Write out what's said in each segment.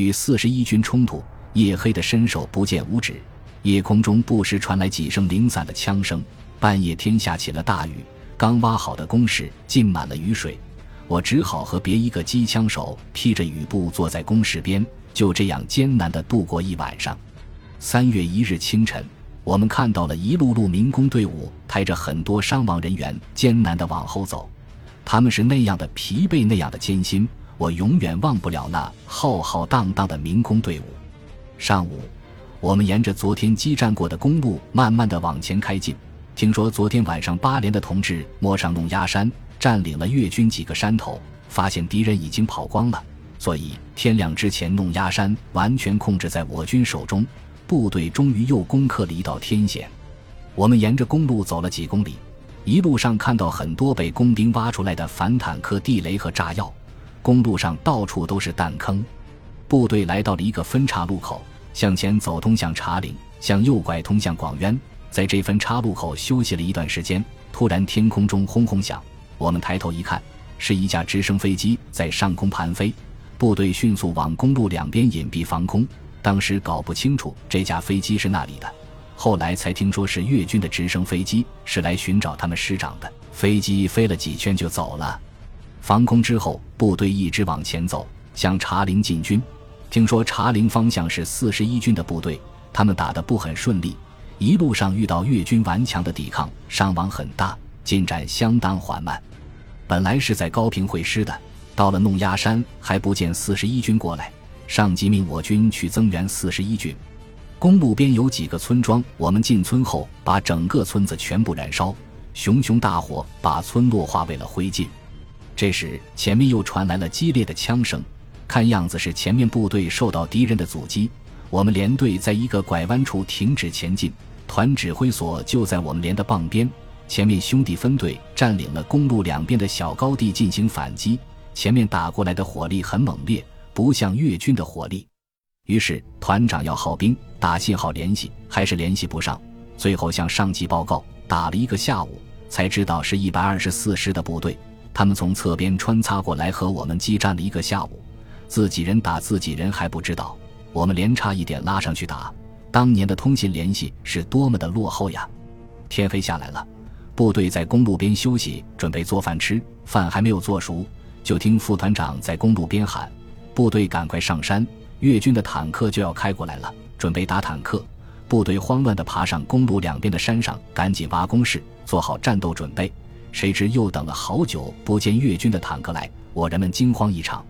与41军冲突，夜黑的伸手不见五指，夜空中不时传来几声零散的枪声。半夜天下起了大雨，刚挖好的工事浸满了雨水，我只好和别一个机枪手披着雨布坐在工事边，就这样艰难地度过一晚上。3月1日清晨，我们看到了一路路民工队伍抬着很多伤亡人员艰难地往后走，他们是那样的疲惫，那样的艰辛，我永远忘不了那浩浩荡荡的民工队伍。上午，我们沿着昨天激战过的公路慢慢地往前开进，听说昨天晚上8连的同志摸上弄鸦山，占领了越军几个山头，发现敌人已经跑光了，所以天亮之前弄鸦山完全控制在我军手中，部队终于又攻克了一道天险。我们沿着公路走了几公里，一路上看到很多被工兵挖出来的反坦克地雷和炸药，公路上到处都是弹坑。部队来到了一个分岔路口，向前走通向茶陵，向右拐通向广渊。在这分岔路口休息了一段时间，突然天空中轰轰响，我们抬头一看，是一架直升飞机在上空盘飞，部队迅速往公路两边隐蔽防空。当时搞不清楚这架飞机是那里的，后来才听说是越军的直升飞机，是来寻找他们师长的。飞机飞了几圈就走了。防空之后，部队一直往前走，向茶陵进军。听说茶陵方向是41军的部队，他们打得不很顺利，一路上遇到越军顽强的抵抗，伤亡很大，进展相当缓慢。本来是在高平会师的，到了弄鸦山还不见41军过来，上级命我军去增援41军。公路边有几个村庄，我们进村后把整个村子全部燃烧，熊熊大火把村落化为了灰烬。这时前面又传来了激烈的枪声，看样子是前面部队受到敌人的阻击。我们连队在一个拐弯处停止前进，团指挥所就在我们连的傍边，前面兄弟分队占领了公路两边的小高地进行反击，前面打过来的火力很猛烈，不像越军的火力。于是团长要号兵，打信号联系，还是联系不上，最后向上级报告，打了一个下午才知道是124师的部队，他们从侧边穿插过来和我们激战了一个下午，自己人打自己人还不知道，我们连差一点拉上去打。当年的通信联系是多么的落后呀！天黑下来了，部队在公路边休息，准备做饭吃，饭还没有做熟，就听副团长在公路边喊，部队赶快上山，越军的坦克就要开过来了，准备打坦克。部队慌乱地爬上公路两边的山上，赶紧挖工事，做好战斗准备。谁知又等了好久不见越军的坦克来，我人们惊慌一场。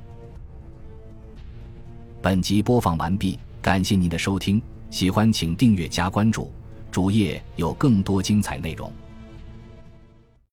本集播放完毕，感谢您的收听，喜欢请订阅加关注，主页有更多精彩内容。